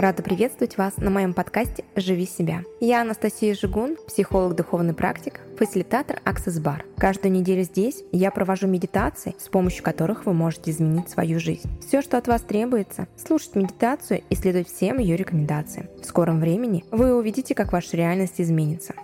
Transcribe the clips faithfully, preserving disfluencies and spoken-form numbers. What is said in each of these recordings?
Рада приветствовать вас на моем подкасте «Живи себя». Я Анастасия Жигун, психолог, духовный практик, фасилитатор Access Bar. Каждую неделю здесь я провожу медитации, с помощью которых вы можете изменить свою жизнь. Все, что от вас требуется, слушать медитацию и следовать всем ее рекомендациям. В скором времени вы увидите, как ваша реальность изменится.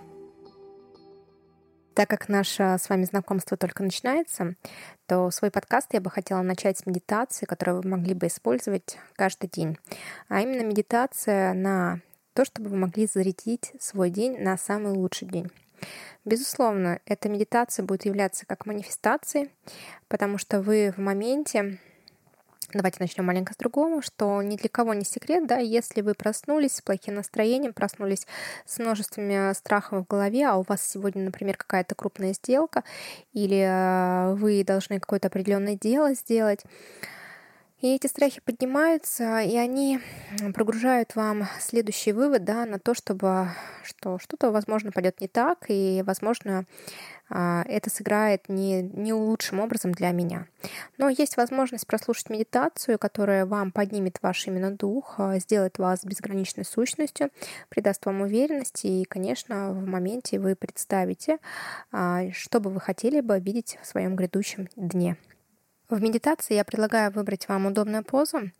Так как наше с вами знакомство только начинается, то свой подкаст я бы хотела начать с медитации, которую вы могли бы использовать каждый день. А именно медитация на то, чтобы вы могли зарядить свой день на самый лучший день. Безусловно, эта медитация будет являться как манифестацией, потому что вы в моменте. Давайте начнем маленько с другого, что ни для кого не секрет, да, если вы проснулись с плохим настроением, проснулись с множеством страхов в голове, а у вас сегодня, например, какая-то крупная сделка, или вы должны какое-то определенное дело сделать, и эти страхи поднимаются, и они прогружают вам следующий вывод, да, на то, чтобы что что-то, возможно, пойдет не так, и, возможно, это сыграет не, не лучшим образом для меня. Но есть возможность прослушать медитацию, которая вам поднимет ваш именно дух, сделает вас безграничной сущностью, придаст вам уверенности, и, конечно, в моменте вы представите, что бы вы хотели бы видеть в своем грядущем дне. В медитации я предлагаю выбрать вам удобную позу.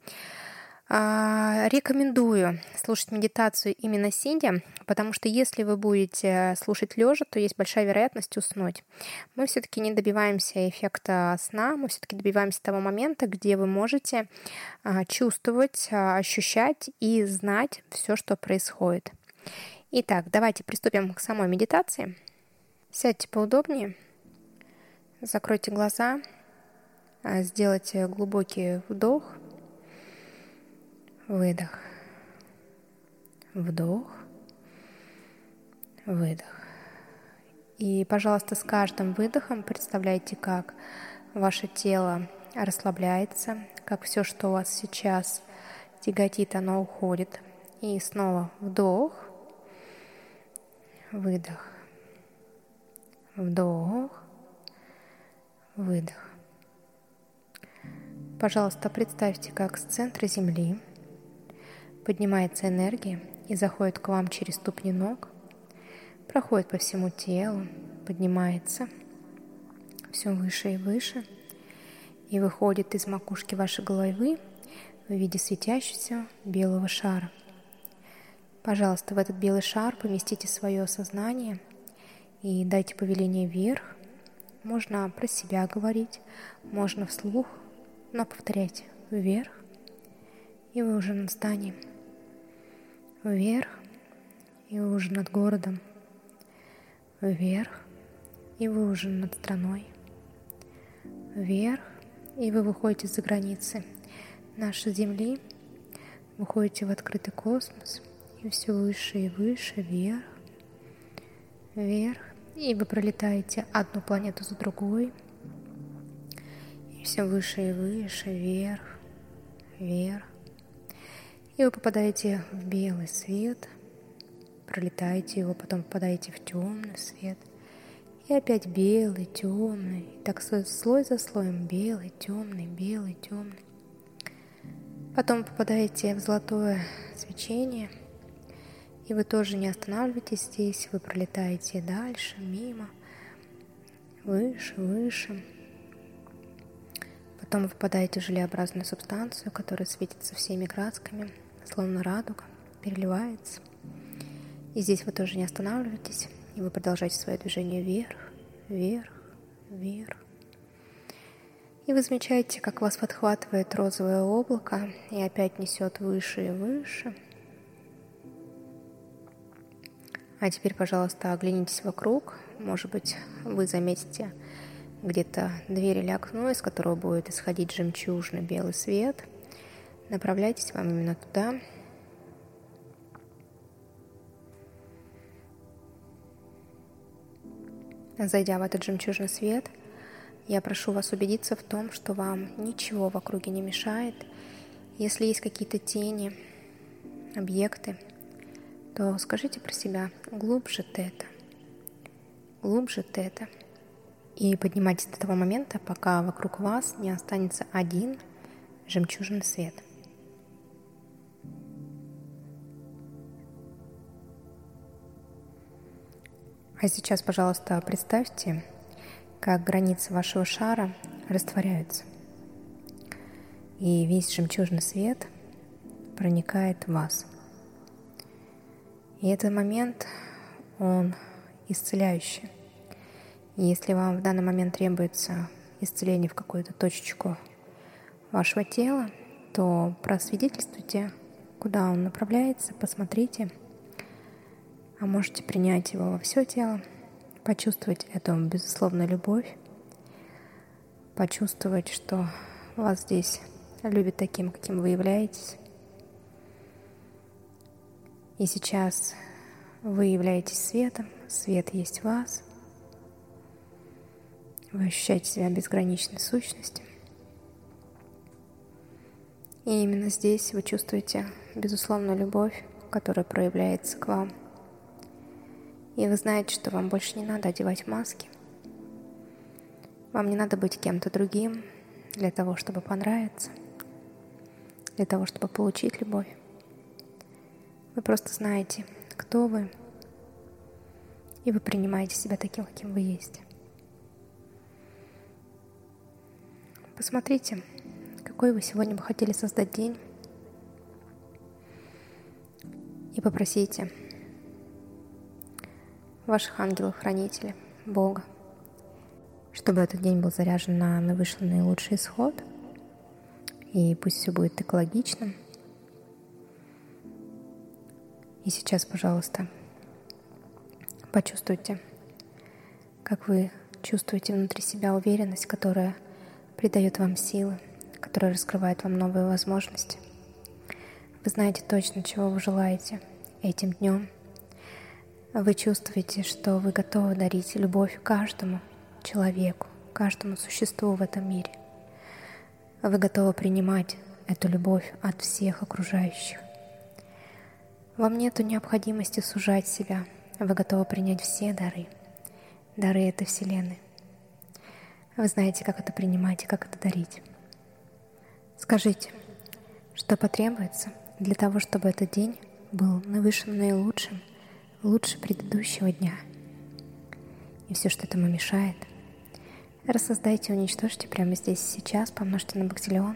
Рекомендую слушать медитацию именно сидя, потому что если вы будете слушать лежа, то есть большая вероятность уснуть. Мы все-таки не добиваемся эффекта сна, мы все-таки добиваемся того момента, где вы можете чувствовать, ощущать и знать все, что происходит. Итак, давайте приступим к самой медитации. Сядьте поудобнее, закройте глаза. Сделайте глубокий вдох, выдох, вдох, выдох. И, пожалуйста, с каждым выдохом представляйте, как ваше тело расслабляется, как все, что у вас сейчас тяготит, оно уходит. И снова вдох, выдох, вдох, выдох. Пожалуйста, представьте, как с центра Земли поднимается энергия и заходит к вам через ступни ног, проходит по всему телу, поднимается все выше и выше и выходит из макушки вашей головы в виде светящегося белого шара. Пожалуйста, в этот белый шар поместите свое сознание и дайте повеление вверх. Можно про себя говорить, можно вслух, но повторяйте вверх, и вы уже над зданием, вверх, и вы уже над городом, вверх, и вы уже над страной, вверх, и вы выходите за границы нашей Земли, выходите в открытый космос, и все выше и выше, вверх, вверх, и вы пролетаете одну планету за другой, и все выше и выше, вверх, вверх. И вы попадаете в белый свет, пролетаете его, потом попадаете в темный свет. И опять белый, темный. И так слой за слоем белый, темный, белый, темный. Потом попадаете в золотое свечение. И вы тоже не останавливаетесь здесь, вы пролетаете дальше, мимо, выше, выше. Потом вы попадаете в желеобразную субстанцию, которая светится всеми красками, словно радуга, переливается. И здесь вы тоже не останавливаетесь, и вы продолжаете свое движение вверх, вверх, вверх. И вы замечаете, как вас подхватывает розовое облако и опять несет выше и выше. А теперь, пожалуйста, оглянитесь вокруг. Может быть, вы заметите где-то дверь или окно, из которого будет исходить жемчужный белый свет. Направляйтесь вам именно туда. Зайдя в этот жемчужный свет, я прошу вас убедиться в том, что вам ничего в округе не мешает. Если есть какие-то тени, объекты, то скажите про себя: глубже тета, глубже тета. И поднимайтесь до того момента, пока вокруг вас не останется один жемчужный свет. А сейчас, пожалуйста, представьте, как границы вашего шара растворяются, и весь жемчужный свет проникает в вас. И этот момент, он исцеляющий. И если вам в данный момент требуется исцеление в какую-то точечку вашего тела, то просвидетельствуйте, куда он направляется, посмотрите, а можете принять его во все тело, почувствовать эту безусловную любовь, почувствовать, что вас здесь любят таким, каким вы являетесь. И сейчас вы являетесь светом, свет есть в вас. Вы ощущаете себя безграничной сущностью. И именно здесь вы чувствуете безусловную любовь, которая проявляется к вам. И вы знаете, что вам больше не надо одевать маски. Вам не надо быть кем-то другим для того, чтобы понравиться, для того, чтобы получить любовь. Вы просто знаете, кто вы, и вы принимаете себя таким, каким вы есть. Посмотрите, какой вы сегодня бы хотели создать день, и попросите ваших ангелов-хранителей, Бога, чтобы этот день был заряжен на наивысший, наилучший исход, и пусть все будет экологичным. И сейчас, пожалуйста, почувствуйте, как вы чувствуете внутри себя уверенность, которая придает вам силы, которая раскрывает вам новые возможности. Вы знаете точно, чего вы желаете этим днем. Вы чувствуете, что вы готовы дарить любовь каждому человеку, каждому существу в этом мире. Вы готовы принимать эту любовь от всех окружающих. Вам нет необходимости сужать себя. Вы готовы принять все дары, дары этой Вселенной. Вы знаете, как это принимать и как это дарить. Скажите, что потребуется для того, чтобы этот день был наивысшим, наилучшим, лучше предыдущего дня. И все, что этому мешает, рассоздайте, уничтожьте прямо здесь и сейчас, помножьте на бактиллион.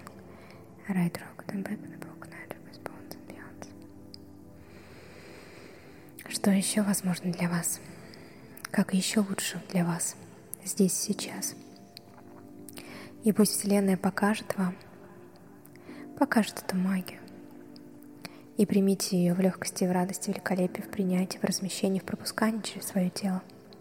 Что еще возможно для вас? Как еще лучше для вас здесь и сейчас? И пусть Вселенная покажет вам, покажет эту магию. И примите ее в легкости, в радости, в великолепии, в принятии, в размещении, в пропускании через свое тело.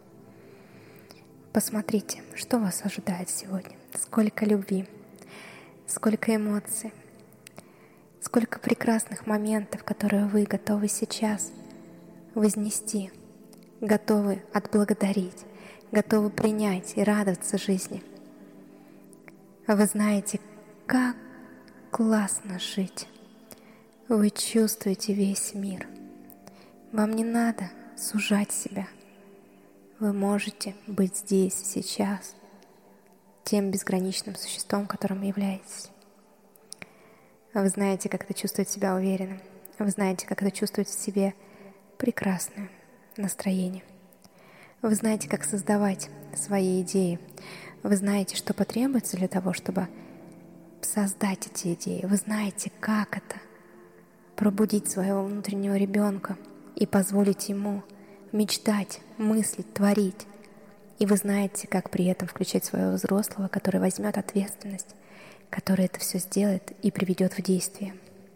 Посмотрите, что вас ожидает сегодня. Сколько любви, сколько эмоций, сколько прекрасных моментов, которые вы готовы сейчас вознести, готовы отблагодарить, готовы принять и радоваться жизни. Вы знаете, как классно жить. Вы чувствуете весь мир. Вам не надо сужать себя. Вы можете быть здесь, сейчас, тем безграничным существом, которым являетесь. Вы знаете, как это чувствовать себя уверенным. Вы знаете, как это чувствовать в себе прекрасное настроение. Вы знаете, как создавать свои идеи. Вы знаете, что потребуется для того, чтобы создать эти идеи. Вы знаете, как это пробудить своего внутреннего ребенка и позволить ему мечтать, мыслить, творить. И вы знаете, как при этом включать своего взрослого, который возьмет ответственность, который это все сделает и приведет в действие.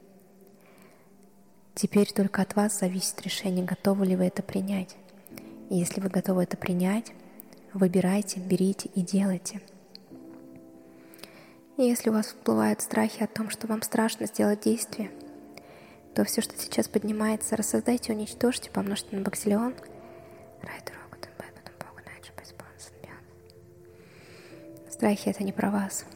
Теперь только от вас зависит решение, готовы ли вы это принять. И если вы готовы это принять, выбирайте, берите и делайте. И если у вас всплывают страхи о том, что вам страшно сделать действие, то все, что сейчас поднимается, рассоздайте, уничтожьте, помножьте на бактиллион. Страхи — это не про вас.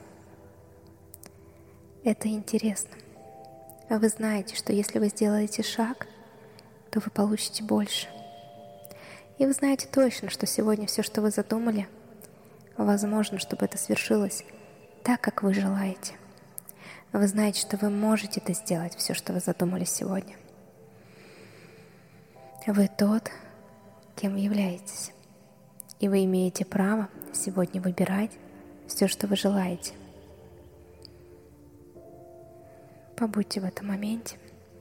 Это интересно. А вы знаете, что если вы сделаете шаг, то вы получите больше. И вы знаете точно, что сегодня все, что вы задумали, возможно, чтобы это свершилось так, как вы желаете. Вы знаете, что вы можете это сделать, все, что вы задумали сегодня. Вы тот, кем вы являетесь. И вы имеете право сегодня выбирать все, что вы желаете. Побудьте в этом моменте.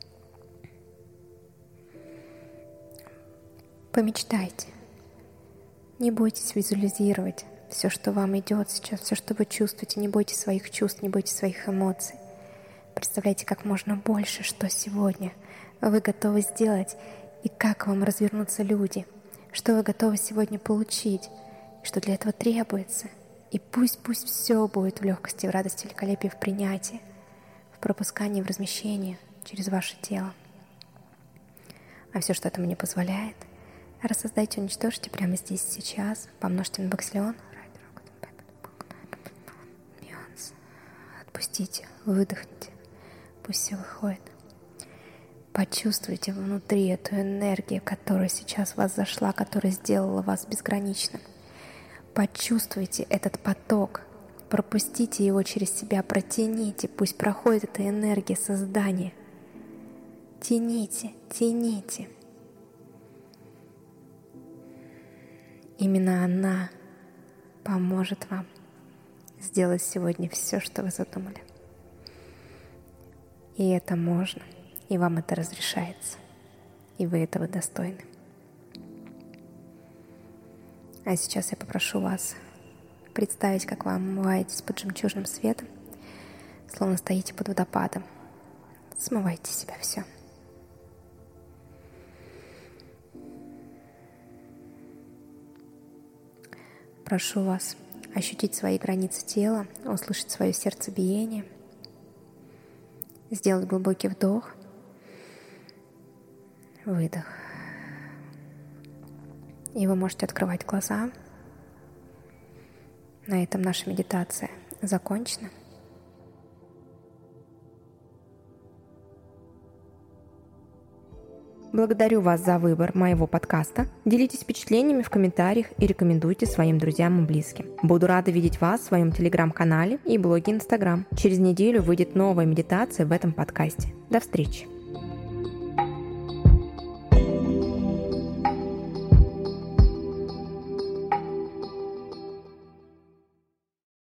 Помечтайте. Не бойтесь визуализировать все, что вам идет сейчас, все, что вы чувствуете. Не бойтесь своих чувств, не бойтесь своих эмоций. Представляйте как можно больше, что сегодня вы готовы сделать и как вам развернутся люди, что вы готовы сегодня получить, что для этого требуется. И пусть, пусть все будет в легкости, в радости, в великолепии, в принятии, в пропускании, в размещении через ваше тело. А все, что этому не позволяет, рассоздайте, уничтожьте прямо здесь и сейчас, помножьте на баксилион. Отпустите, выдохните, пусть все выходит. Почувствуйте внутри эту энергию, которая сейчас в вас зашла, которая сделала вас безграничным. Почувствуйте этот поток, пропустите его через себя, протяните, пусть проходит эта энергия создания. Тяните, тяните. Именно она поможет вам сделать сегодня все, что вы задумали. И это можно, и вам это разрешается, и вы этого достойны. А сейчас я попрошу вас представить, как вы омываетесь под жемчужным светом, словно стоите под водопадом. Смывайте с себя все. Прошу вас ощутить свои границы тела, услышать свое сердцебиение, сделать глубокий вдох, выдох. И вы можете открывать глаза. На этом наша медитация закончена. Благодарю вас за выбор моего подкаста. Делитесь впечатлениями в комментариях и рекомендуйте своим друзьям и близким. Буду рада видеть вас в своем телеграм-канале и блоге Инстаграм. Через неделю выйдет новая медитация в этом подкасте. До встречи!